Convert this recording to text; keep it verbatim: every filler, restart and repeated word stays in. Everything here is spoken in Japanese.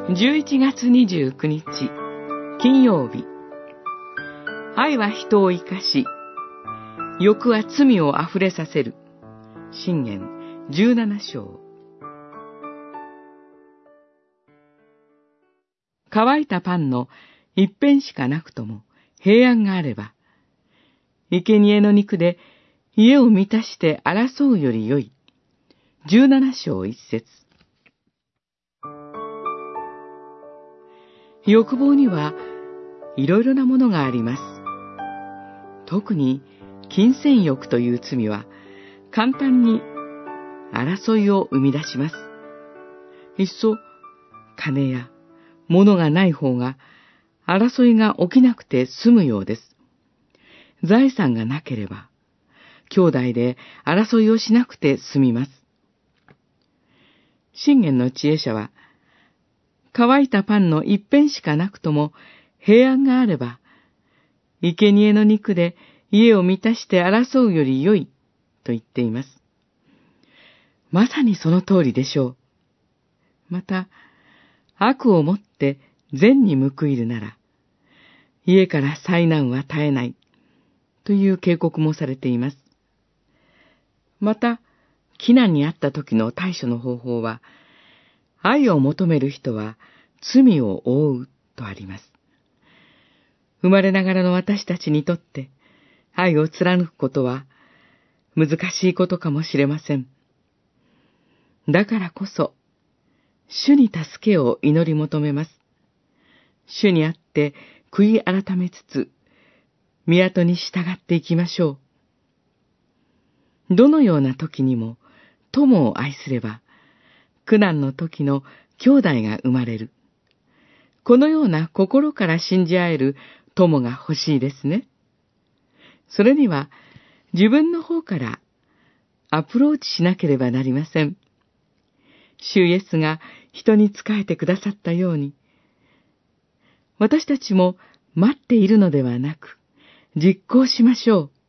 じゅういちがつにじゅうくにち金曜日。愛は人を生かし、欲は罪をあふれさせる。箴言じゅうななしょう。乾いたパンの一片しかなくとも平安があれば、生贄の肉で家を満たして争うよりよい。じゅうななしょう一節。欲望にはいろいろなものがあります。特に金銭欲という罪は簡単に争いを生み出します。いっそ金や物がない方が争いが起きなくて済むようです。財産がなければ兄弟で争いをしなくて済みます。箴言の知恵者は、乾いたパンの一片しかなくとも平安があれば、生贄の肉で家を満たして争うより良いと言っています。まさにその通りでしょう。また、悪をもって善に報いるなら、家から災難は絶えないという警告もされています。また、危難にあった時の対処の方法は、愛を求める人は罪を負うとあります。生まれながらの私たちにとって愛を貫くことは難しいことかもしれません。だからこそ、主に助けを祈り求めます。主にあって悔い改めつつ、御に従っていきましょう。どのような時にも友を愛すれば、苦難の時の兄弟が生まれる。このような心から信じ合える友が欲しいですね。それには自分の方からアプローチしなければなりません。主イエスが人に仕えてくださったように、私たちも待っているのではなく、実行しましょう。